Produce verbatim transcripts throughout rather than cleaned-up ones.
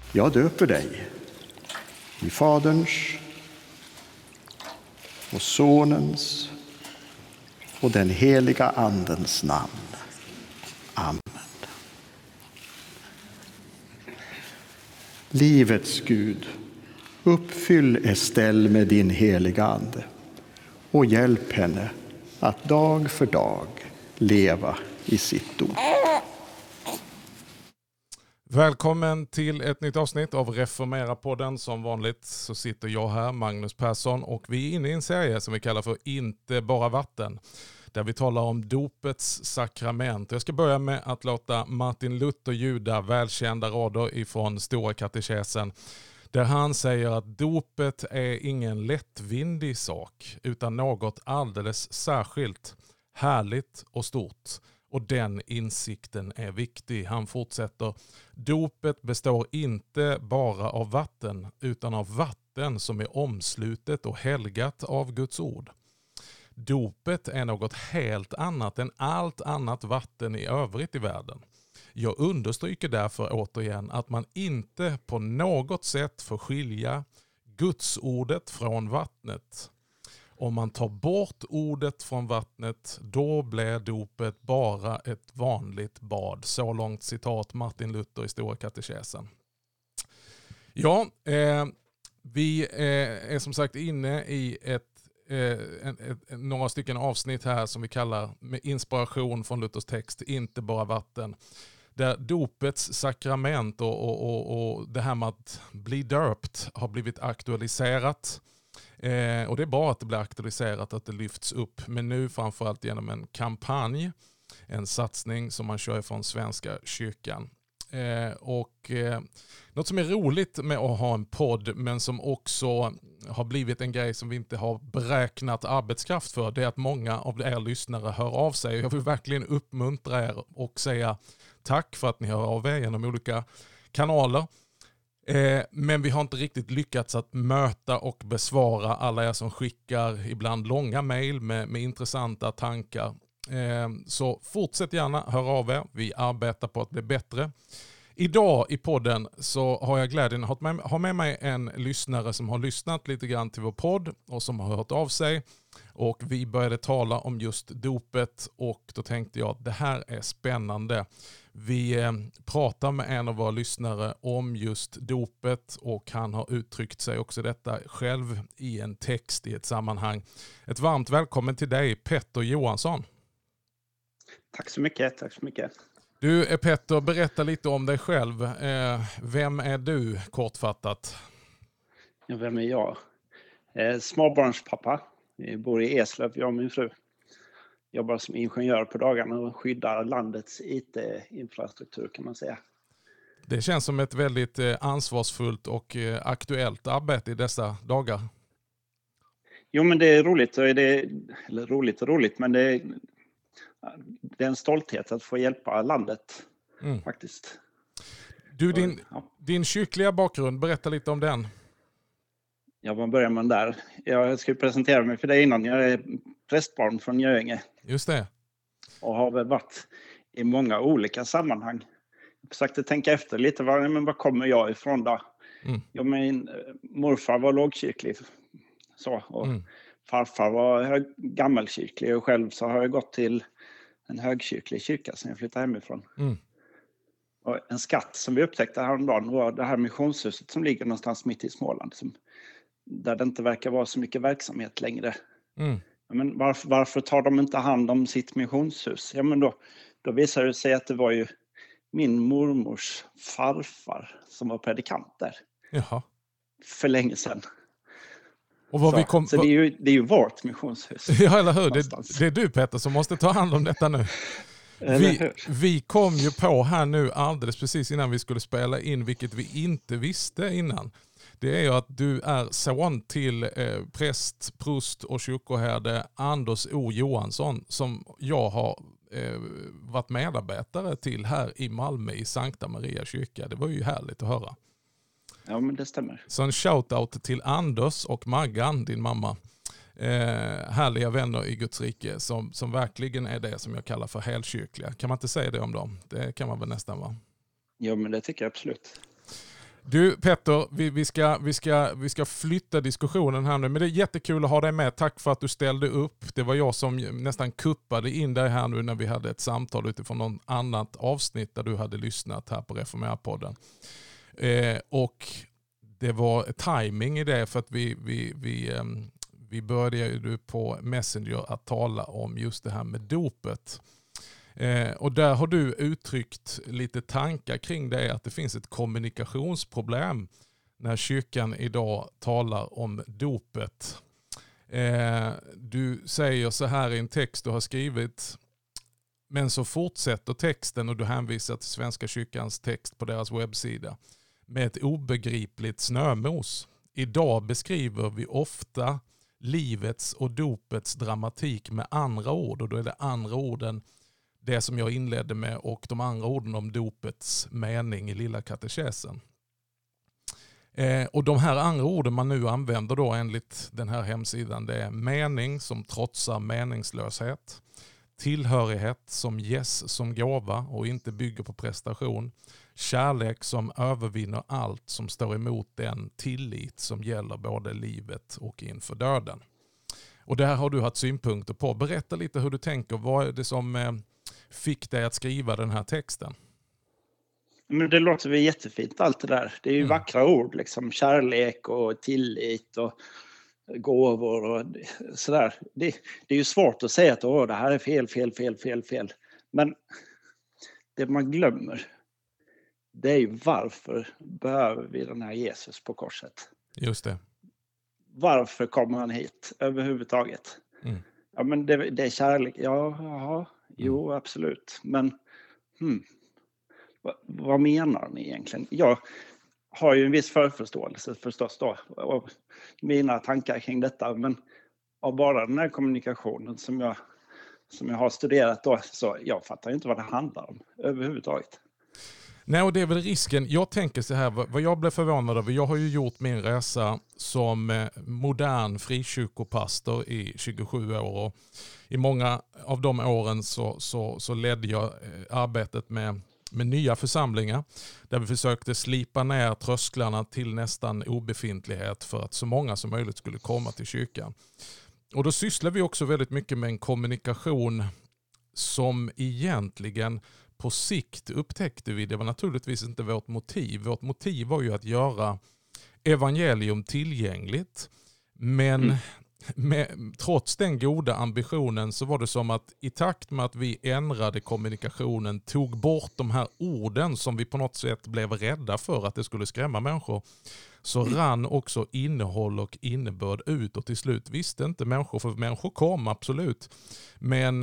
Jag döper dig i Faderns och Sonens och den heliga Andens namn. Amen. Livets Gud, uppfyll Estelle med din heliga Ande och hjälp henne att dag för dag leva i sitt ord. Välkommen till ett nytt avsnitt av Reformera-podden. Som vanligt så sitter jag här, Magnus Persson, och vi är inne i en serie som vi kallar för Inte bara vatten, där vi talar om dopets sakrament. Jag ska börja med att låta Martin Luther ljuda välkända rader ifrån Stora katekesen, där han säger att dopet är ingen lättvindig sak utan något alldeles särskilt, härligt och stort. Och den insikten är viktig. Han fortsätter: dopet består inte bara av vatten utan av vatten som är omslutet och helgat av Guds ord. Dopet är något helt annat än allt annat vatten i övrigt i världen. Jag understryker därför återigen att man inte på något sätt får skilja Guds ordet från vattnet. Om man tar bort ordet från vattnet, då blir dopet bara ett vanligt bad. Så långt citat Martin Luther i Stora katekesen. Ja, eh, vi eh, är som sagt inne i ett, eh, en, ett, några stycken avsnitt här som vi kallar med inspiration från Luthers text, Inte bara vatten. Där dopets sakrament och, och, och, och det här med att bli döpt har blivit aktualiserat. Eh, och det är bra att det blir aktualiserat, att det lyfts upp, men nu framförallt genom en kampanj, en satsning som man kör från Svenska kyrkan. Eh, och eh, något som är roligt med att ha en podd, men som också har blivit en grej som vi inte har beräknat arbetskraft för, det är att många av er lyssnare hör av sig. Jag vill verkligen uppmuntra er och säga tack för att ni hör av er genom olika kanaler. Eh, men vi har inte riktigt lyckats att möta och besvara alla er som skickar ibland långa mejl med, med intressanta tankar. Eh, så fortsätt gärna höra av er. Vi arbetar på att bli bättre. Idag i podden så har jag glädjen att ha med, ha med mig en lyssnare som har lyssnat lite grann till vår podd och som har hört av sig. Och vi började tala om just dopet och då tänkte jag att det här är spännande. Vi eh, pratar med en av våra lyssnare om just dopet och han har uttryckt sig också detta själv i en text i ett sammanhang. Ett varmt välkommen till dig, Petter Johansson. Tack så mycket, tack så mycket. Du, Petter, berätta lite om dig själv. Eh, vem är du, kortfattat? Ja, vem är jag? Eh, småbarnspappa. Vi bor i Eslöv, jag och min fru. Jobbar som ingenjör på dagarna och skyddar landets I T-infrastruktur, kan man säga. Det känns som ett väldigt eh, ansvarsfullt och eh, aktuellt arbete i dessa dagar. Jo, men det är roligt. Och det är, eller roligt och roligt, men det är, det är en stolthet att få hjälpa landet, mm. faktiskt. Du, din, ja. din kyrkliga bakgrund, berätta lite om den. Ja, vad börjar man där? Jag ska presentera mig för dig innan. Jag är prästbarn från Göinge. Just det. Och har väl varit i många olika sammanhang. Jag försökte tänka efter lite, var, men var kommer jag ifrån då? Mm. Jag, min morfar var lågkyrklig. Så, och mm. farfar var hög, gammelkyrklig och själv så har jag gått till en högkyrklig kyrka sen jag flyttade hemifrån. Mm. Och en skatt som vi upptäckte häromdagen var det här missionshuset som ligger någonstans mitt i Småland. Som, där det inte verkar vara så mycket verksamhet längre. Mm. Men varför, varför tar de inte hand om sitt missionshus? Ja, men då, då visar det sig att det var ju min mormors farfar som var predikant där. Jaha. För länge sedan. Och vad så vi kom, så det, är ju, det är ju vårt missionshus. Ja, eller hur? Det, det är du, Petter, som måste ta hand om detta nu. Vi, vi kom ju på här nu alldeles precis innan vi skulle spela in, vilket vi inte visste innan. Det är ju att du är son till eh, präst, prost och kyrkoherde Anders O. Johansson, som jag har eh, varit medarbetare till här i Malmö i Sankta Maria kyrka. Det var ju härligt att höra. Ja, men det stämmer. Så en shoutout till Anders och Maggan, din mamma. Eh, härliga vänner i Guds rike som, som verkligen är det som jag kallar för helkyrkliga. Kan man inte säga det om dem? Det kan man väl nästan, va? Ja, men det tycker jag absolut. Du Petter, vi, vi, ska, vi, ska, vi ska flytta diskussionen här nu, men det är jättekul att ha dig med. Tack för att du ställde upp. Det var jag som nästan kuppade in dig här nu när vi hade ett samtal utifrån något annat avsnitt där du hade lyssnat här på Reformera-podden. Eh, och det var timing i det, för att vi, vi, vi, eh, vi började ju på Messenger att tala om just det här med dopet. Eh, och där har du uttryckt lite tankar kring det, att det finns ett kommunikationsproblem när kyrkan idag talar om dopet. Eh, du säger så här i en text du har skrivit, men så fortsätter texten, och du hänvisar till Svenska kyrkans text på deras webbsida, med ett obegripligt snömos. Idag beskriver vi ofta livets och dopets dramatik med andra ord, och då är det andra orden det som jag inledde med, och de andra orden om dopets mening i lilla katekesen. Eh, och de här andra orden man nu använder då enligt den här hemsidan, det är mening som trotsar meningslöshet, tillhörighet som ges som gåva och inte bygger på prestation, kärlek som övervinner allt som står emot den tillit som gäller både livet och inför döden. Och det här har du haft synpunkter på. Berätta lite hur du tänker. Vad är det som eh, fick dig att skriva den här texten? Men det låter väl jättefint allt det där. Det är ju mm. vackra ord, liksom kärlek och tillit och gåvor och sådär. Det, det är ju svårt att säga att åh, det här är fel, fel, fel, fel, fel. Men det man glömmer, det är ju varför behöver vi den här Jesus på korset? Just det. Varför kommer han hit överhuvudtaget? Mm. Ja, men det, det är kärlek. Ja, ja, jo, mm. absolut. Men hmm, vad, vad menar ni egentligen? Jag har ju en viss förförståelse förstås då, och mina tankar kring detta. Men av bara den här kommunikationen som jag, som jag har studerat då, så jag fattar inte vad det handlar om överhuvudtaget. Nej, och det är väl risken. Jag tänker så här, vad jag blev förvånad över, jag har ju gjort min resa som modern frikyrkopastor i tjugosju år, och i många av de åren så, så, så ledde jag arbetet med, med nya församlingar där vi försökte slipa ner trösklarna till nästan obefintlighet för att så många som möjligt skulle komma till kyrkan. Och då sysslar vi också väldigt mycket med en kommunikation som egentligen på sikt upptäckte vi, det var naturligtvis inte vårt motiv. Vårt motiv var ju att göra evangelium tillgängligt. Men mm. med, trots den goda ambitionen så var det som att i takt med att vi ändrade kommunikationen, tog bort de här orden som vi på något sätt blev rädda för att det skulle skrämma människor, så rann också innehåll och innebörd ut, och till slut visste inte människor, för människor kom absolut. Men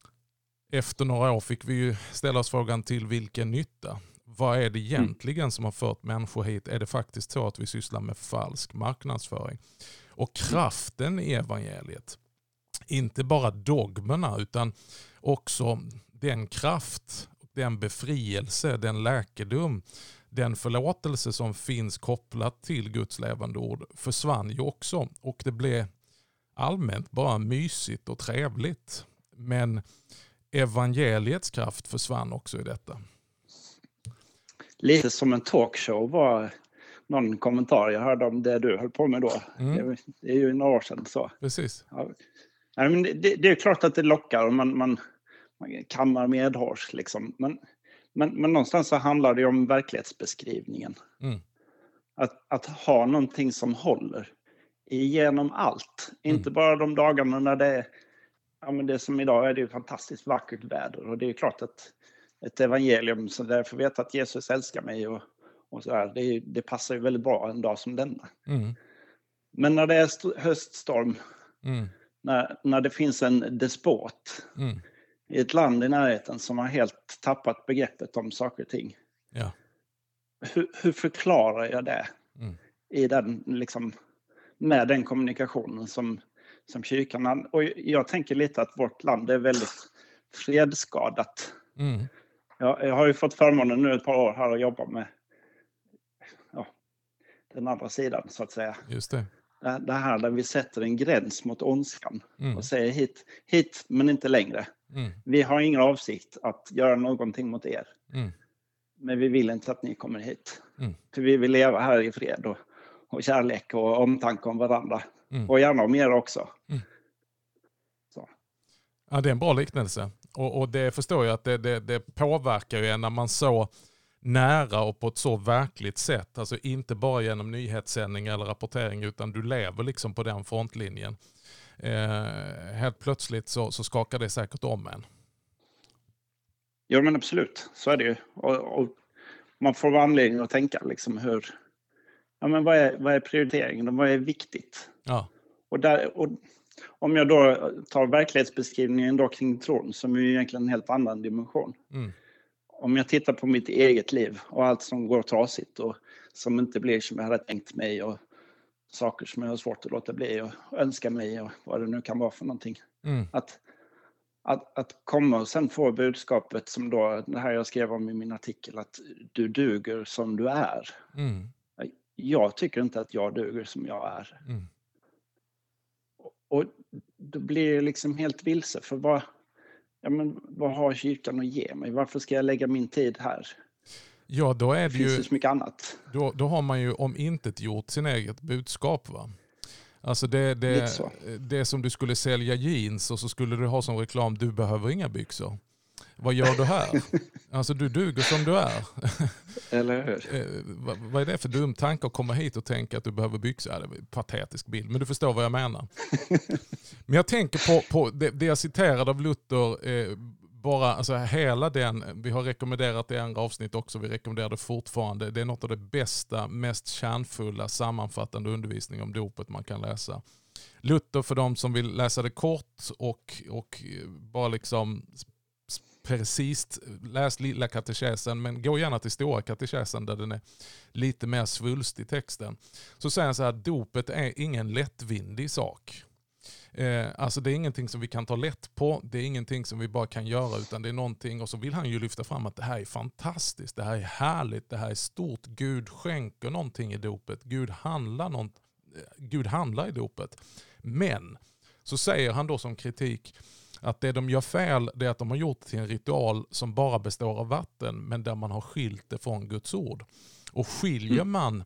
efter några år fick vi ju ställa oss frågan till vilken nytta. Vad är det egentligen som har fört människor hit? Är det faktiskt så att vi sysslar med falsk marknadsföring? Och kraften i evangeliet, inte bara dogmerna utan också den kraft, den befrielse, den läkedom, den förlåtelse som finns kopplat till Guds levande ord försvann ju också. Och det blev allmänt bara mysigt och trevligt. Men evangeliets kraft försvann också i detta. Lite som en talkshow var någon kommentar jag hörde om det du höll på med då. Mm. Det är ju några år sedan så. Precis. Ja. Nej, men det, det är klart att det lockar och man, man, man kammar medhårs liksom. Men, men, men någonstans så handlar det om verklighetsbeskrivningen. Mm. Att, att ha någonting som håller igenom allt. Mm. Inte bara de dagarna när det är, ja, men det som idag är det ju fantastiskt vackert väder. Och det är klart att ett evangelium så där får veta att Jesus älskar mig och, och så här, det, det passar ju väldigt bra en dag som denna. Mm. Men när det är st- höststorm, mm. när, när det finns en despot mm. i ett land i närheten som har helt tappat begreppet om saker och ting. Ja. Hur, hur förklarar jag det mm. i den, liksom, med den kommunikationen som, som kyrkan har? Och jag tänker lite att vårt land är väldigt fredsskadat. Mm. Jag, jag har ju fått förmånen nu ett par år här att jobba med ja, den andra sidan så att säga. Just det. Det, det här där vi sätter en gräns mot ondskan mm. och säger hit, hit men inte längre. Mm. Vi har ingen avsikt att göra någonting mot er. Mm. men vi vill inte att ni kommer hit. Mm. För vi vill leva här i fred och, och kärlek och omtanke om varandra. Mm. Och gärna om er också. Mm. Så. Ja, det är en bra liknelse. Och, och det förstår jag att det, det, det påverkar ju en när man så nära och på ett så verkligt sätt, alltså inte bara genom nyhetssändning eller rapportering, utan du lever liksom på den frontlinjen. Eh, helt plötsligt så, så skakar det säkert om en. Ja, men absolut. Så är det ju. Och, och man får anledning att tänka liksom hur, ja men vad är, vad är prioriteringen och vad är viktigt? Ja. Och, där, och om jag då tar verklighetsbeskrivningen då kring tron, som är ju egentligen en helt annan dimension. Mm. Om jag tittar på mitt eget liv och allt som går trasigt och som inte blir som jag hade tänkt mig och saker som jag har svårt att låta bli och önska mig och vad det nu kan vara för någonting. Mm. Att, att, att komma och sen få budskapet som då, det här jag skrev om i min artikel, att du duger som du är. Mm. Jag tycker inte att jag duger som jag är. Mm. Och då blir jag liksom helt vilse, för vad, ja men, vad har kyrkan att ge mig? Varför ska jag lägga min tid här? Ja, då är det, det finns ju ju så mycket annat. Då, då har man ju om inte gjort sin eget budskap, va? Alltså det, det, det som du skulle sälja jeans och så skulle du ha som reklam, du behöver inga byxor. Vad gör du här? Alltså du duger som du är. Eller hur? vad, vad är det för dum tanke att komma hit och tänka att du behöver byxor? Ja, det är en patetisk bild, men du förstår vad jag menar. Men jag tänker på, på det, det jag citerade av Luther, eh, bara alltså hela den, vi har rekommenderat det i andra avsnitt också, vi rekommenderar det fortfarande. Det är något av det bästa, mest kärnfulla, sammanfattande undervisning om dopet man kan läsa. Luther, för de som vill läsa det kort och, och bara liksom precis läs lilla katekesen, men gå gärna till stora katekesen där den är lite mer svulst i texten. Så säger han så här, dopet är ingen lättvindig sak. Eh, alltså det är ingenting som vi kan ta lätt på, det är ingenting som vi bara kan göra, utan det är någonting, och så vill han ju lyfta fram att det här är fantastiskt, det här är härligt, det här är stort, Gud skänker någonting i dopet, Gud handlar, något, Gud handlar i dopet. Men så säger han då som kritik att det de gör fel, det är att de har gjort till en ritual som bara består av vatten, men där man har skilt det från Guds ord. Och skiljer man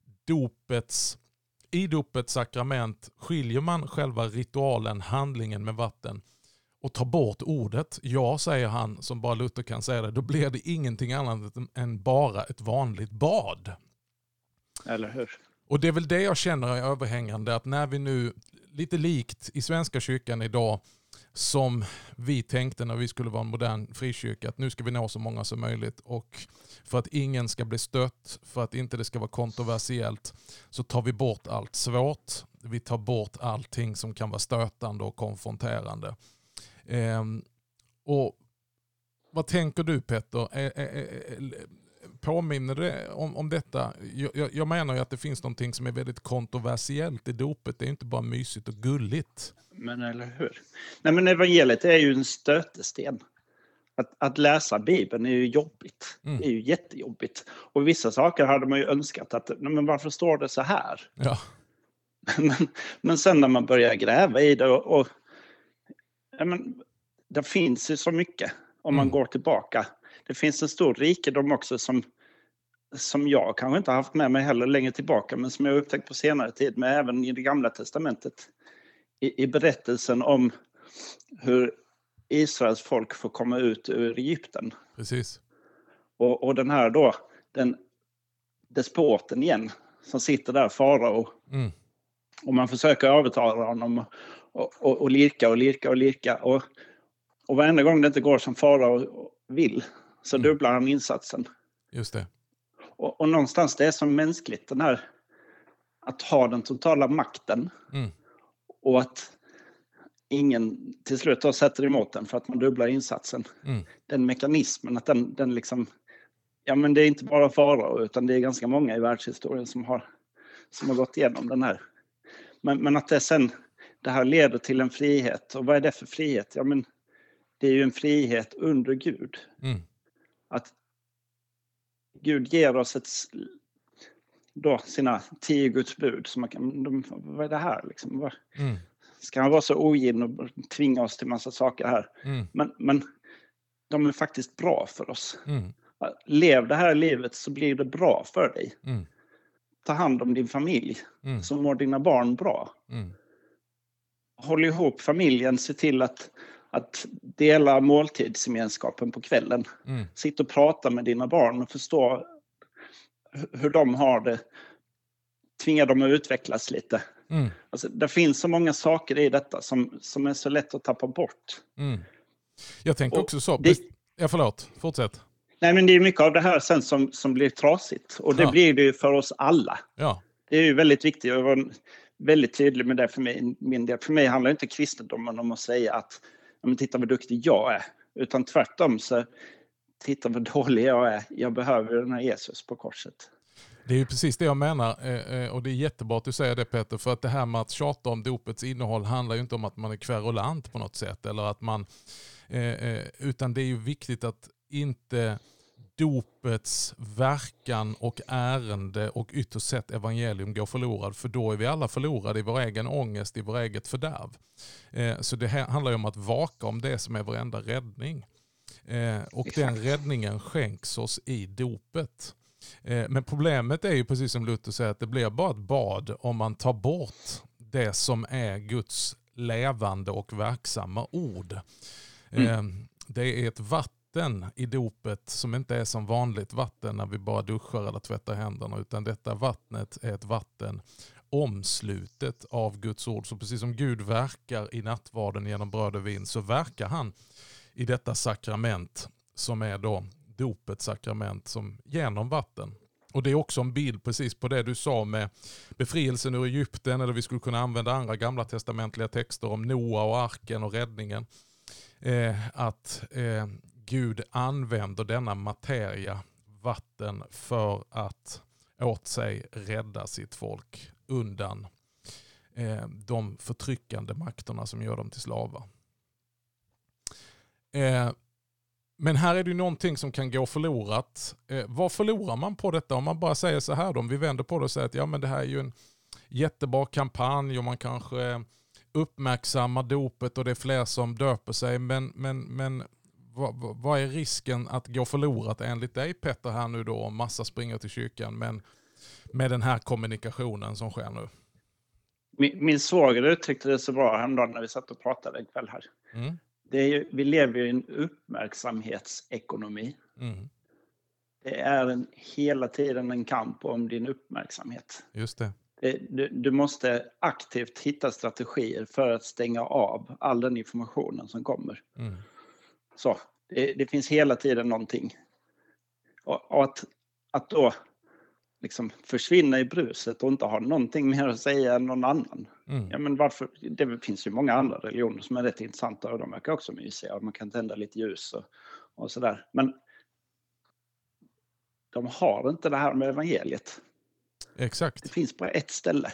dopets I dopets sakrament, skiljer man själva ritualen, handlingen med vatten och tar bort ordet, ja, säger han, som bara Luther kan säga det, då blir det ingenting annat än bara ett vanligt bad. Eller hur? Och det är väl det jag känner är överhängande, att när vi nu, lite likt i Svenska kyrkan idag, som vi tänkte när vi skulle vara en modern frikyrka, att nu ska vi nå så många som möjligt, och för att ingen ska bli stött, för att inte det ska vara kontroversiellt, så tar vi bort allt svårt. Vi tar bort allting som kan vara stötande och konfronterande. Ehm, och vad tänker du, Petter? Är, är, är, påminner det om, om detta? Jag, jag menar ju att det finns någonting som är väldigt kontroversiellt i dopet. Det är inte bara mysigt och gulligt. Men eller hur? Nej, men evangeliet är ju en stötesten. Att, att läsa Bibeln är ju jobbigt. Mm. Det är ju jättejobbigt. Och vissa saker hade man ju önskat att, nej, men varför står det så här? Ja. men, men sen när man börjar gräva i det och, och ja, men, det finns ju så mycket om man mm. går tillbaka. Det finns en stor rikedom också som, som jag kanske inte har haft med mig heller längre tillbaka, men som jag har upptäckt på senare tid, men även i det gamla testamentet. I, i berättelsen om hur Israels folk får komma ut ur Egypten. Precis. Och, och den här då, den despoten igen, som sitter där, farao. Mm. Och man försöker övertala honom och, och, och lirka och lirka och lirka. Och, och varenda gång det inte går som farao vill, så mm. dubblar han insatsen. Just det. Och, och någonstans det är som mänskligt, den här att ha den totala makten. Mm. Och att ingen till slut då sätter emot den för att man dubblar insatsen. Mm. Den mekanismen, att den, den liksom, ja men det är inte bara farao, utan det är ganska många i världshistorien som har, som har gått igenom den här. Men, men att det sen, det här leder till en frihet. Och vad är det för frihet? Ja men det är ju en frihet under Gud. Mm. Att Gud ger oss ett, då sina tio Guds bud. Så man kan, de, vad är det här liksom? Vad, mm. Ska han vara så ogin och tvinga oss till massa saker här? Mm. Men, men de är faktiskt bra för oss. Mm. Lev det här livet så blir det bra för dig. Mm. Ta hand om din familj, Mm. så mår dina barn bra. Mm. Håll ihop familjen, se till att, att dela måltidsgemenskapen på kvällen. Mm. Sitt och prata med dina barn och förstå hur de har det. Tvinga dem att utvecklas lite. Mm. Alltså, det finns så många saker i detta som, som är så lätt att tappa bort. Mm. Jag tänker Och också så. Det, ja, förlåt. Fortsätt. nej, men det är mycket av det här sen som, som blir trasigt. Och det Ja. blir det ju för oss alla. Ja. Det är ju väldigt viktigt. Jag var väldigt tydlig med det för mig, min del. För mig handlar inte kristendomen om att säga att ja, men titta vad duktig jag är. Utan tvärtom så titta vad dålig jag är. Jag behöver den här Jesus på korset. Det är ju precis det jag menar, och det är jättebra att du säger det, Peter, för att det här med att tjata om dopets innehåll handlar ju inte om att man är kverulant på något sätt, eller att man, utan det är ju viktigt att inte dopets verkan och ärende och ytterst sett evangelium går förlorad, för då är vi alla förlorade i vår egen ångest, i vår eget fördärv. Så det här handlar ju om att vaka om det som är vår enda räddning. Och den räddningen skänks oss i dopet. Men problemet är ju precis som Luther säger, att det blir bara ett bad om man tar bort det som är Guds levande och verksamma ord. Mm. Det är ett vatten i dopet som inte är som vanligt vatten när vi bara duschar eller tvättar händerna, utan detta vattnet är ett vatten omslutet av Guds ord. Så precis som Gud verkar i nattvarden genom bröd och vin, så verkar han i detta sakrament som är då dopets sakrament, som genom vatten. Och det är också en bild precis på det du sa med befrielsen ur Egypten, eller vi skulle kunna använda andra gamla testamentliga texter om Noa och arken och räddningen. Eh, att eh, Gud använder denna materia, vatten, för att åt sig rädda sitt folk undan eh, de förtryckande makterna som gör dem till slavar. Eh, Men här är det ju någonting som kan gå förlorat. Eh, vad förlorar man på detta om man bara säger så här då? Om vi vänder på det och säger att ja, men det här är ju en jättebra kampanj och man kanske uppmärksammar dopet och det är fler som döper sig. Men, men, men vad, vad är risken att gå förlorat enligt dig, Petter, här nu då, om massa springer till kyrkan, men med den här kommunikationen som sker nu? Min, min svåger uttryckte det så bra häromdagen när vi satt och pratade en kväll här. Mm. Det är ju, vi lever ju i en uppmärksamhetsekonomi. Mm. Det är en, hela tiden en kamp om din uppmärksamhet. Just det. det du, du måste aktivt hitta strategier för att stänga av all den informationen som kommer. Mm. Så, det, det finns hela tiden någonting. Och, och att, att då liksom försvinna i bruset och inte ha någonting mer att säga än någon annan. Mm. Ja, men varför? Det finns ju många andra religioner som är rätt intressanta och de verkar också mysiga. Man kan tända lite ljus och, och sådär. Men de har inte det här med evangeliet. Exakt. Det finns bara ett ställe.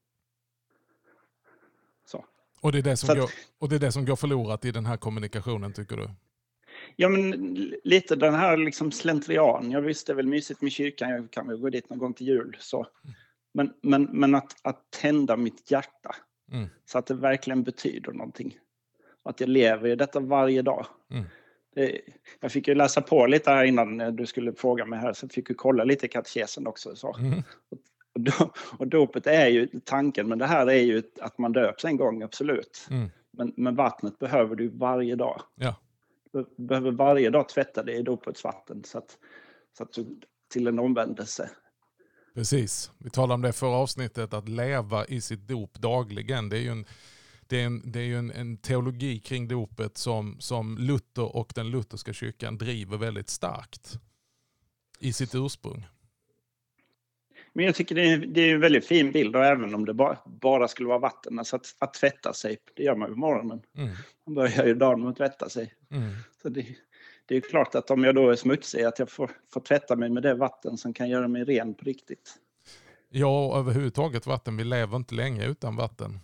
Så. Och det är det som, Så att, går, och det är det som går förlorat i den här kommunikationen, tycker du? Ja, men lite den här liksom slentrian. Jag visste väl mysigt med kyrkan. Jag kan väl gå dit någon gång till jul. Så. Men, men, men att, att tända mitt hjärta. Mm. Så att det verkligen betyder någonting. Att jag lever i detta varje dag. Mm. Det, jag fick ju läsa på lite här innan du skulle fråga mig här. Så jag fick ju kolla lite i katekesen också. Så. Mm. Och, då, och dopet är ju tanken. Men det här är ju att man döps en gång, absolut. Mm. Men, men vattnet behöver du varje dag. Ja. Du behöver varje dag tvätta det i dopets vatten. Så att, så att du, till en omvändelse. Precis. Vi talade om det förra avsnittet, att leva i sitt dop dagligen. Det är ju en, det är en, det är ju en, en teologi kring dopet som, som Luther och den lutherska kyrkan driver väldigt starkt i sitt ursprung. Men jag tycker det är, det är en väldigt fin bild, och även om det bara, bara skulle vara vatten. Alltså att, att tvätta sig, det gör man ju på morgonen. Mm. Man börjar ju dagen med att tvätta sig. Mm. Så det, det är klart att om jag då är smutsig, att jag får, får tvätta mig med det vatten som kan göra mig ren på riktigt. Ja, överhuvudtaget vatten. Vi lever inte länge utan vatten.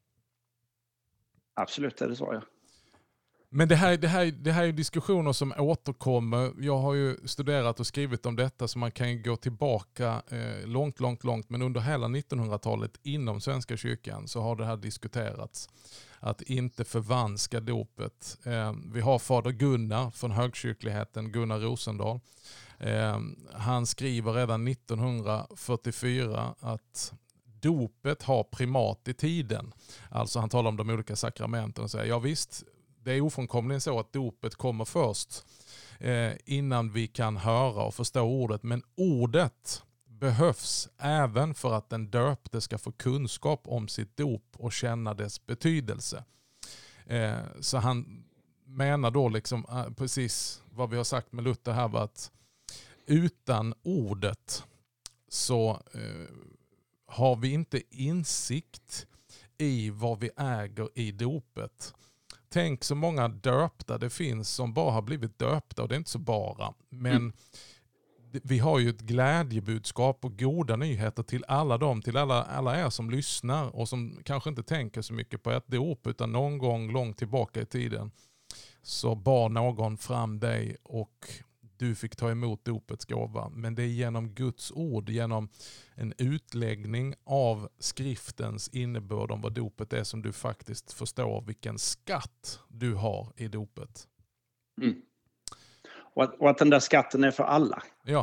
Absolut är det så, ja. Men det här, det, här, det här är diskussioner som återkommer. Jag har ju studerat och skrivit om detta, så man kan ju gå tillbaka eh, långt, långt, långt. Men under hela nittonhundratalet inom Svenska kyrkan så har det här diskuterats. Att inte förvanska dopet. Eh, vi har fader Gunnar från högkyrkligheten, Gunnar Rosendahl. Eh, han skriver redan nittonhundrafyrtiofyra att dopet har primat i tiden. Alltså han talar om de olika sakramenten och säger, ja visst, det är ofrånkomligen så att dopet kommer först eh, innan vi kan höra och förstå ordet. Men ordet behövs även för att den döpte ska få kunskap om sitt dop och känna dess betydelse. Eh, så han menar då liksom eh, precis vad vi har sagt med Luther här, var att utan ordet så eh, har vi inte insikt i vad vi äger i dopet. Tänk så många döpta det finns som bara har blivit döpta, och det är inte så bara. Men mm. vi har ju ett glädjebudskap och goda nyheter till alla dem, till alla, alla er som lyssnar och som kanske inte tänker så mycket på ett dop, utan någon gång långt tillbaka i tiden så bar någon fram dig och du fick ta emot dopets gåva. Men det är genom Guds ord, genom en utläggning av skriftens innebörd om vad dopet är, som du faktiskt förstår vilken skatt du har i dopet. Mm. Och, att, och att den där skatten är för alla. Ja.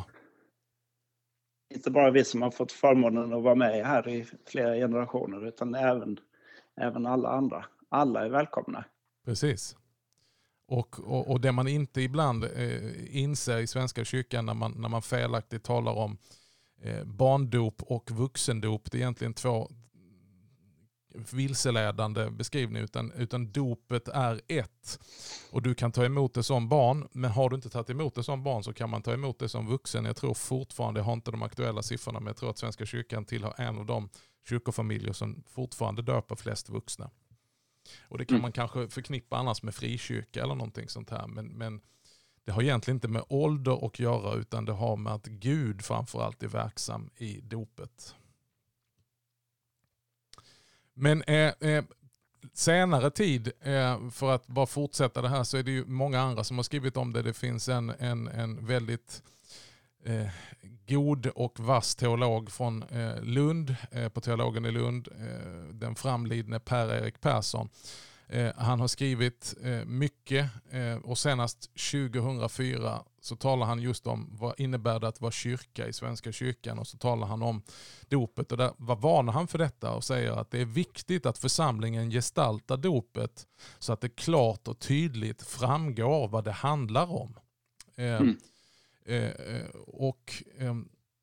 Inte bara vi som har fått förmånen att vara med här i flera generationer, utan även, även alla andra. Alla är välkomna. Precis. Och, och, och det man inte ibland eh, inser i Svenska kyrkan när man, när man felaktigt talar om eh, barndop och vuxendop, det är egentligen två vilseledande beskrivningar, utan, utan dopet är ett. Och du kan ta emot det som barn, men har du inte tagit emot det som barn så kan man ta emot det som vuxen. Jag tror fortfarande, jag har inte de aktuella siffrorna, men jag tror att Svenska kyrkan tillhör en av de kyrkofamiljer som fortfarande döper flest vuxna. Och det kan man kanske förknippa annars med frikyrka eller någonting sånt här. Men, men det har egentligen inte med ålder att göra, utan det har med att Gud framförallt är verksam i dopet. Men eh, eh, senare tid, eh, för att bara fortsätta det här, så är det ju många andra som har skrivit om det. Det finns en, en, en väldigt eh, god och vass teolog från eh, Lund, eh, på teologen i Lund, eh, den framlidne Per-Erik Persson. Eh, han har skrivit eh, mycket eh, och senast tjugohundrafyra så talar han just om vad innebär det att vara kyrka i Svenska kyrkan, och så talar han om dopet, och där, vad varnar han för detta och säger att det är viktigt att församlingen gestaltar dopet så att det klart och tydligt framgår vad det handlar om. Eh, mm. eh, och eh,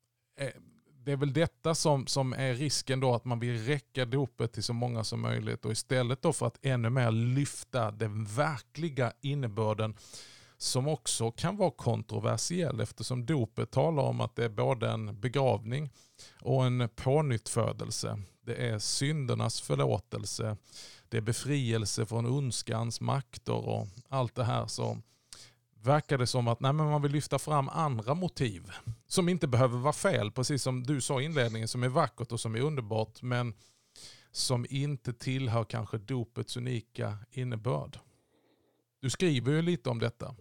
det är väl detta som, som är risken då, att man vill räcka dopet till så många som möjligt, och istället då för att ännu mer lyfta den verkliga innebörden, som också kan vara kontroversiell, eftersom dopet talar om att det är både en begravning och en pånyttfödelse. Det är syndernas förlåtelse, det är befrielse från ondskans makter och allt det här. Så verkar det som att nej, men man vill lyfta fram andra motiv som inte behöver vara fel, precis som du sa i inledningen, som är vackert och som är underbart, men som inte tillhör kanske dopets unika innebörd. Du skriver ju lite om detta.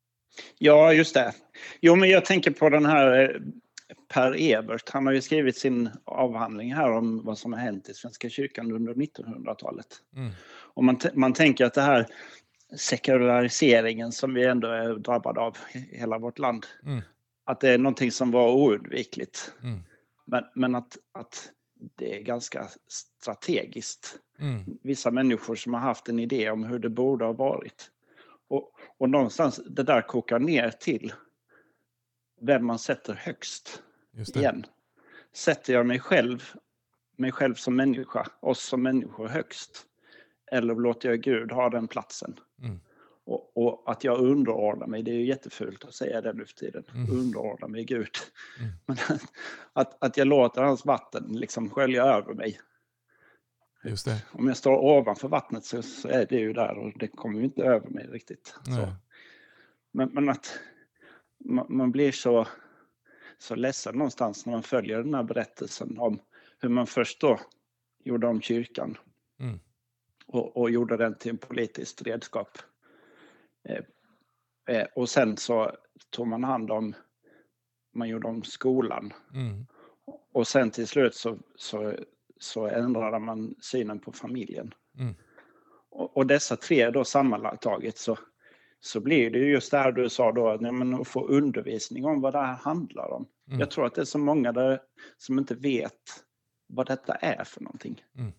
Ja, just det. Jo, men jag tänker på den här Per Ebert. Han har ju skrivit sin avhandling här om vad som har hänt i Svenska kyrkan under nittonhundratalet. Mm. Och man, t- man tänker att det här sekulariseringen som vi ändå är drabbade av i hela vårt land, mm. att det är någonting som var oundvikligt. Mm. Men, men att, att det är ganska strategiskt. Mm. Vissa människor som har haft en idé om hur det borde ha varit. Och, och någonstans det där kokar ner till vem man sätter högst. Just det. Igen. Sätter jag mig själv, mig själv som människa, oss som människor högst? Eller låter jag Gud ha den platsen? Mm. Och, och att jag underordnar mig, det är ju jättefult att säga det nu för tiden. Mm. Underordnar mig Gud. Mm. Men att, att jag låter hans vatten liksom skölja över mig. Just det. Om jag står ovanför vattnet så, så är det ju där, och det kommer ju inte över mig riktigt. Så. Men, men att man, man blir så, så ledsen någonstans när man följer den här berättelsen om hur man först då gjorde om kyrkan. Mm. Och, och gjorde den till en politiskt redskap. Eh, eh, och sen så tog man hand om, man gjorde om skolan. Mm. Och sen till slut så, så, så ändrade man synen på familjen. Mm. Och, och dessa tre då sammantaget så, så blir det ju just det här du sa då, att, nej, men att få undervisning om vad det här handlar om. Mm. Jag tror att det är så många där som inte vet vad detta är för någonting. Mm.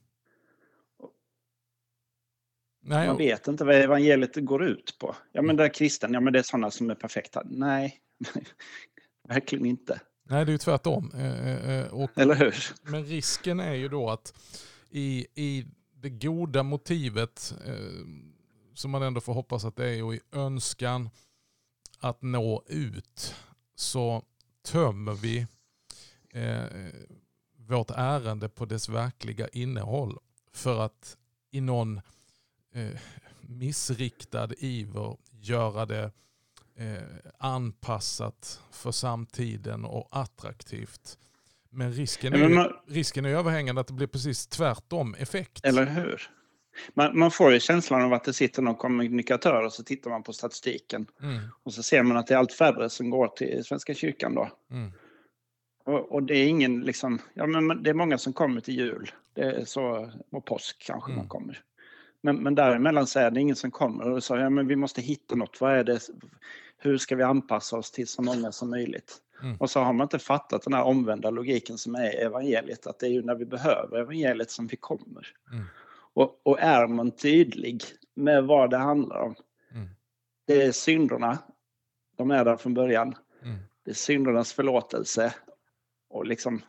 Nej, Man vet inte vad evangeliet går ut på. Ja, men det är kristen, ja men det är sådana som är perfekta. Nej, verkligen inte. Nej, det är ju tvärtom. Eh, och, Eller hur? Men risken är ju då att i, i det goda motivet, eh, som man ändå får hoppas att det är, och i önskan att nå ut, så tömmer vi eh, vårt ärende på dess verkliga innehåll för att i någon eh, missriktad iver göra det eh, anpassat för samtiden och attraktivt. Men risken är, men man, risken är överhängande att det blir precis tvärtom effekt. Eller hur? Man, man får ju känslan av att det sitter någon kommunikatör och så tittar man på statistiken. Mm. Och så ser man att det är allt färre som går till Svenska kyrkan då. Mm. Och, och det är ingen liksom, ja men det är många som kommer till jul. Det är så, och påsk kanske mm. man kommer. Men, men däremellan så är det ingen som kommer och säger, ja men vi måste hitta något. Vad är det? Hur ska vi anpassa oss till så många som möjligt? Mm. Och så har man inte fattat den här omvända logiken som är evangeliet. Att det är ju när vi behöver evangeliet som vi kommer. Mm. Och, och är man tydlig med vad det handlar om. Mm. Det är synderna. De är där från början. Mm. Det är syndernas förlåtelse. Och liksom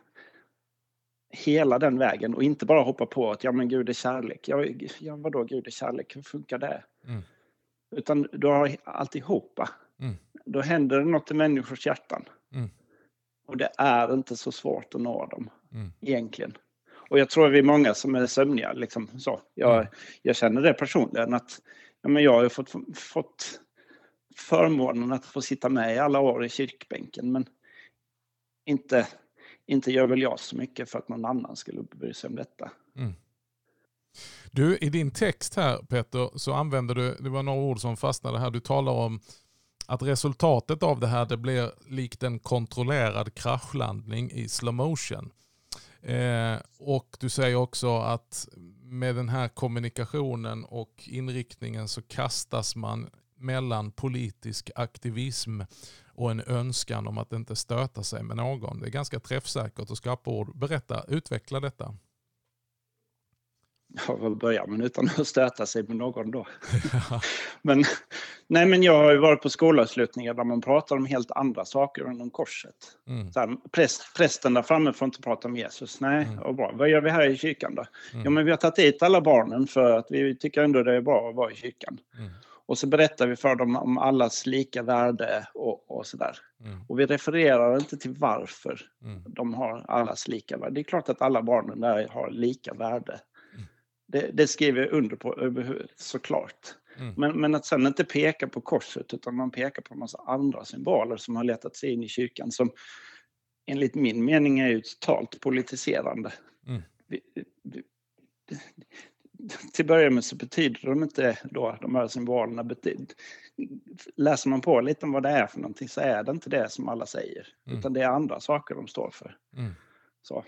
hela den vägen. Och inte bara hoppa på att ja men Gud är kärlek. Ja, ja vadå Gud är kärlek? Hur funkar det? Mm. Utan du har alltihopa. Mm. Då händer det något i människors hjärtan. Mm. Och det är inte så svårt att nå dem. Mm. Egentligen. Och jag tror vi är många som är sömniga. Liksom, så. Jag, mm. jag känner det personligen. Att ja, men jag har fått, fått förmånen att få sitta med i alla år i kyrkbänken. Men inte, inte gör väl jag så mycket för att någon annan skulle bry sig om detta. Mm. Du, i din text här Peter så använder du, det var några ord som fastnade här, du talar om att resultatet av det här det blir likt en kontrollerad kraschlandning i slow motion. Eh, och du säger också att med den här kommunikationen och inriktningen så kastas man mellan politisk aktivism och en önskan om att inte stöta sig med någon. Det är ganska träffsäkert och skarpa ord. Berätta, utveckla detta. Ja, vad börjar man utan att stöta sig med någon då? men, nej, men jag har ju varit på skolavslutningar där man pratar om helt andra saker än om korset. Mm. Så här, präst, prästen där framme får inte prata om Jesus. Nej, mm. och bra. Vad gör vi här i kyrkan då? Mm. Ja, men vi har tagit hit alla barnen för att vi tycker ändå det är bra att vara i kyrkan. Mm. Och så berättar vi för dem om allas lika värde och, och sådär. Mm. Och vi refererar inte till varför mm. de har allas lika värde. Det är klart att alla barnen där har lika värde. Det, det skriver jag under på såklart. Mm. Men, men att sen inte peka på korset utan man pekar på en massa andra symboler som har letat sig in i kyrkan som enligt min mening är ju totalt politiserande. Mm. Vi, vi, till börja med så betyder de inte då de här symbolerna. Betyder, läser man på lite om vad det är för någonting så är det inte det som alla säger. Mm. Utan det är andra saker de står för. Mm. Så.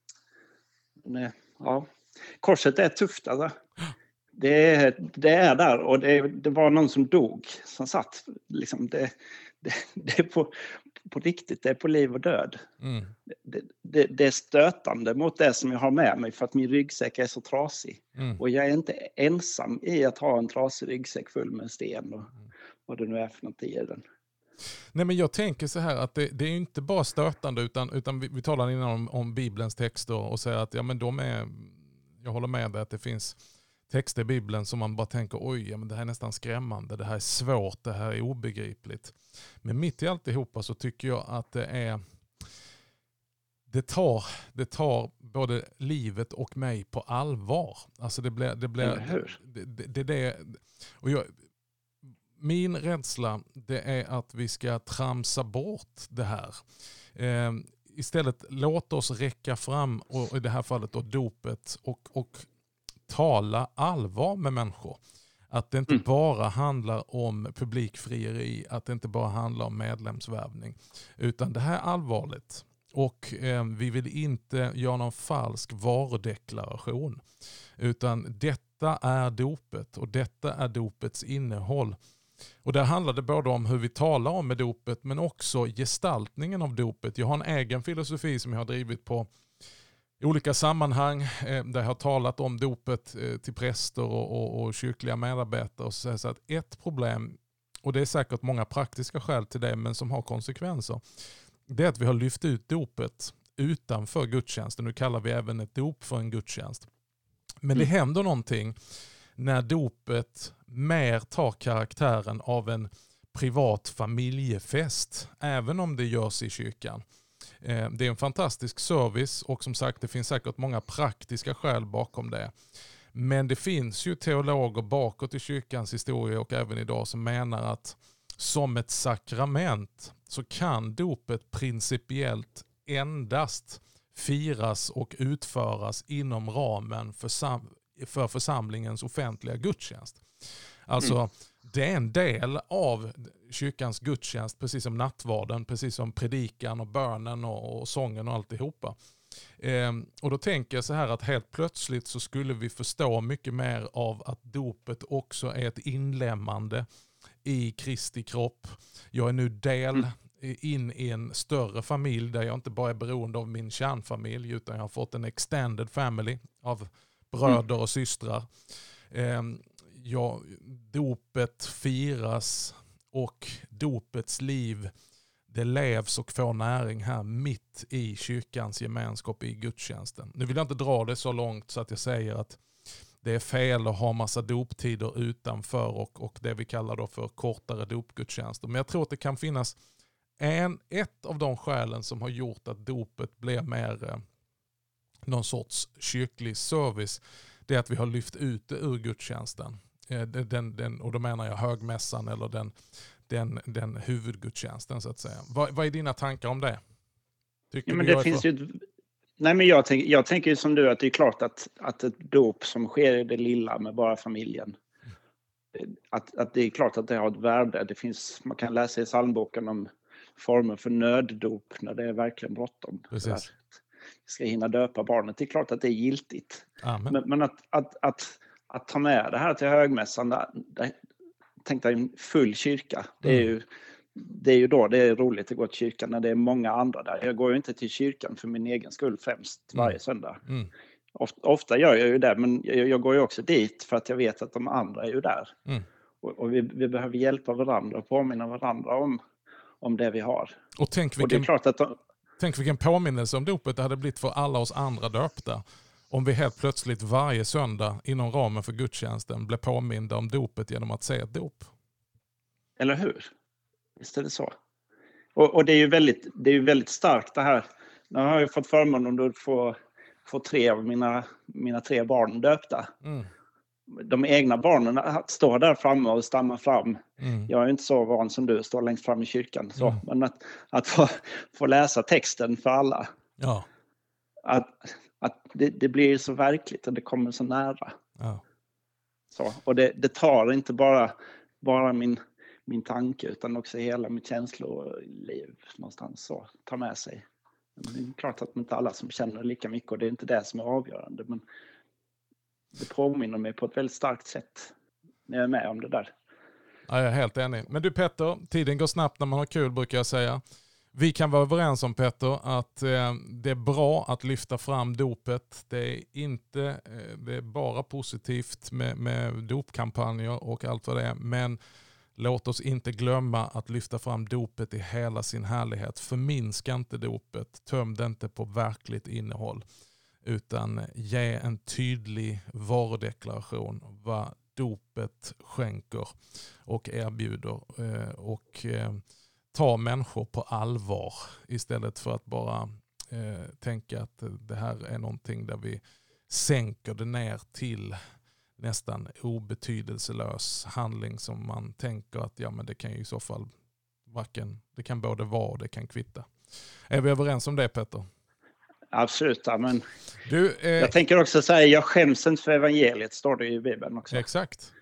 Men, ja. Korset är tufft alltså. Det är, det är där och det, det var någon som dog som satt liksom det, det, det är på, på riktigt, det är på liv och död. Mm. Det, det, det är stötande mot det som jag har med mig för att min ryggsäck är så trasig. Mm. Och jag är inte ensam i att ha en trasig ryggsäck full med sten och mm. vad det nu är för något i den. Nej, men jag tänker så här att det, det är inte bara stötande utan, utan vi, vi talar innan om, om Bibelns texter och säger att ja, men de är, jag håller med dig att det finns texter i Bibeln som man bara tänker oj, ja, men det här är nästan skrämmande, det här är svårt, det här är obegripligt. Men mitt i alltihopa så tycker jag att det är det tar, det tar både livet och mig på allvar. Alltså det blir det blir det, det, det, det och jag, min rädsla det är att vi ska tramsa bort det här. Eh, istället låt oss räcka fram och i det här fallet då dopet och, och tala allvar med människor. Att det inte mm. bara handlar om publikfrieri, att det inte bara handlar om medlemsvärvning. Utan det här är allvarligt. Och eh, vi vill inte göra någon falsk varudeklaration. Utan detta är dopet och detta är dopets innehåll. Och där handlar det både om hur vi talar om med dopet men också gestaltningen av dopet. Jag har en egen filosofi som jag har drivit på olika sammanhang eh, där jag har talat om dopet eh, till präster och, och, och kyrkliga medarbetare. Och så, så att ett problem, och det är säkert många praktiska skäl till det men som har konsekvenser, det är att vi har lyft ut dopet utanför gudstjänsten. Nu kallar vi även ett dop för en gudstjänst. Men det händer någonting när dopet mer tar karaktären av en privat familjefest, även om det görs i kyrkan. Det är en fantastisk service och som sagt det finns säkert många praktiska skäl bakom det. Men det finns ju teologer bakåt i kyrkans historia och även idag som menar att som ett sakrament så kan dopet principiellt endast firas och utföras inom ramen för, sam- för församlingens offentliga gudstjänst. Alltså mm. det är en del av kyrkans gudstjänst, precis som nattvarden, precis som predikan och bönen och, och sången och alltihopa. Ehm, och då tänker jag så här att helt plötsligt så skulle vi förstå mycket mer av att dopet också är ett inlämmande i Kristi kropp. Jag är nu del mm. in i en större familj där jag inte bara är beroende av min kärnfamilj utan jag har fått en extended family av bröder och systrar. Ehm, ja, dopet firas och dopets liv det levs och får näring här mitt i kyrkans gemenskap i gudstjänsten. Nu vill jag inte dra det så långt så att jag säger att det är fel att ha massa doptider utanför och, och det vi kallar då för kortare dopgudstjänster. Men jag tror att det kan finnas en, ett av de skälen som har gjort att dopet blir mer eh, någon sorts kyrklig service. Det är att vi har lyft ut det ur gudstjänsten. Eh, den, den, och då menar jag högmässan eller den, den, den huvudgudstjänsten så att säga. Vad, vad är dina tankar om det? Tycker ja, men det finns för... ju... Nej, men jag, tänk, jag tänker ju som du att det är klart att, att ett dop som sker i det lilla med bara familjen. Att, att det är klart att det har ett värde. Det finns, man kan läsa i psalmboken om former för nöddop när det är verkligen bråttom. Vi ska hinna döpa barnet. Det är klart att det är giltigt. Men, men att, att, att, att ta med det här till högmässan, där, där, tänk dig en full kyrka. Det är ju, det är ju då det är roligt att gå till kyrkan när det är många andra där. Jag går ju inte till kyrkan för min egen skull främst varje mm. söndag. Mm. Ofta, ofta gör jag ju det, men jag, jag går ju också dit för att jag vet att de andra är ju där. Mm. Och, och vi, vi behöver hjälpa varandra och påminna varandra om, om det vi har. Och tänk vilken, och det är klart att de, tänk vilken påminnelse om dopet det hade blivit för alla oss andra döpta. Om vi helt plötsligt varje söndag inom ramen för gudstjänsten blev påminda om dopet genom att se ett dop. Eller hur? Visst är det så. Och, och det är ju väldigt, det är ju väldigt starkt det här. Nu har jag fått förmånen att få, få tre av mina, mina tre barn döpta. Mm. De egna barnen att stå där framme och stamma fram. Mm. Jag är inte så van som du, står längst fram i kyrkan. Så. Mm. Men att, att få, få läsa texten för alla. Ja. Att, att det, det blir så verkligt och det kommer så nära. Ja. Så, och det, det tar inte bara, bara min... min tanke utan också hela mitt känsloliv någonstans så ta med sig. Men det är klart att inte alla som känner lika mycket och det är inte det som är avgörande, men det påminner mig på ett väldigt starkt sätt när jag är med om det där. Ja, jag är helt enig. Men du Petter, tiden går snabbt när man har kul brukar jag säga. Vi kan vara överens om Petter att eh, det är bra att lyfta fram dopet. Det är inte eh, det är bara positivt med, med dopkampanjer och allt vad det är, men låt oss inte glömma att lyfta fram dopet i hela sin härlighet. Förminska inte dopet, töm det inte på verkligt innehåll. Utan ge en tydlig varudeklaration vad dopet skänker och erbjuder. Och ta människor på allvar istället för att bara tänka att det här är någonting där vi sänker det ner till nästan obetydelselös handling som man tänker att ja, men det kan ju i så fall varken, det kan både vara och det kan kvitta. Är vi överens om det, Petter? Absolut, ja, men du, eh... jag tänker också säga jag skäms inte för evangeliet, står det i Bibeln också. Exakt.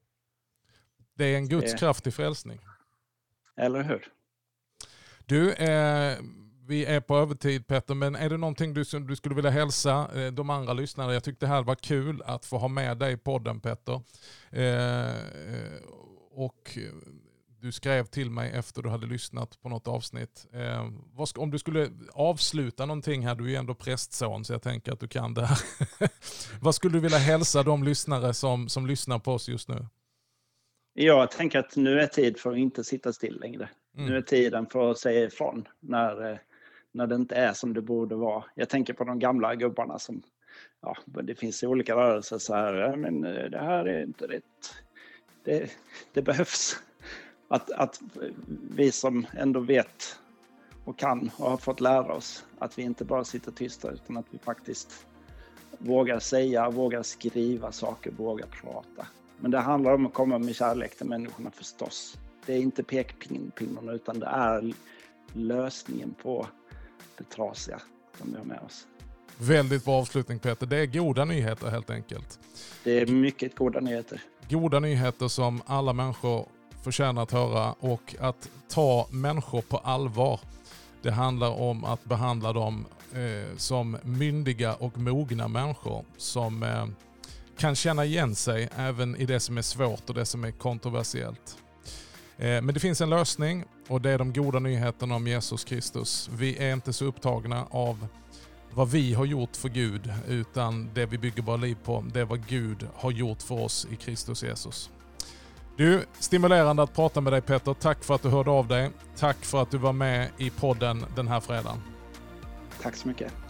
Det är en Guds kraft i frälsning. Eller hur? Du, eh... vi är på övertid Petter, men är det någonting du, du skulle vilja hälsa de andra lyssnarna? Jag tyckte det här var kul att få ha med dig i podden Petter. Eh, och du skrev till mig efter du hade lyssnat på något avsnitt. Eh, vad ska, om du skulle avsluta någonting här, du är ju ändå prästson så jag tänker att du kan det här. Vad skulle du vilja hälsa de lyssnare som, som lyssnar på oss just nu? Jag tänker att nu är tid för att inte sitta still längre. Mm. Nu är tiden för att säga ifrån när, när det inte är som det borde vara. Jag tänker på de gamla gubbarna som, ja, det finns olika rörelser så här, men det här är inte rätt. Det, det behövs att, att vi som ändå vet och kan och har fått lära oss att vi inte bara sitter tysta utan att vi faktiskt vågar säga, vågar skriva saker, vågar prata. Men det handlar om att komma med kärlek till människorna förstås. Det är inte pekpinnen utan det är lösningen på det trasiga som vi har med oss. Väldigt bra avslutning Peter. Det är goda nyheter helt enkelt. Det är mycket goda nyheter. Goda nyheter som alla människor förtjänar att höra, och att ta människor på allvar. Det handlar om att behandla dem eh, som myndiga och mogna människor som eh, kan känna igen sig även i det som är svårt och det som är kontroversiellt. Eh, men det finns en lösning, och det är de goda nyheterna om Jesus Kristus. Vi är inte så upptagna av vad vi har gjort för Gud, utan det vi bygger våra liv på, det är vad Gud har gjort för oss i Kristus Jesus. Du, stimulerande att prata med dig Peter. Tack för att du hörde av dig. Tack för att du var med i podden den här fredagen. Tack så mycket.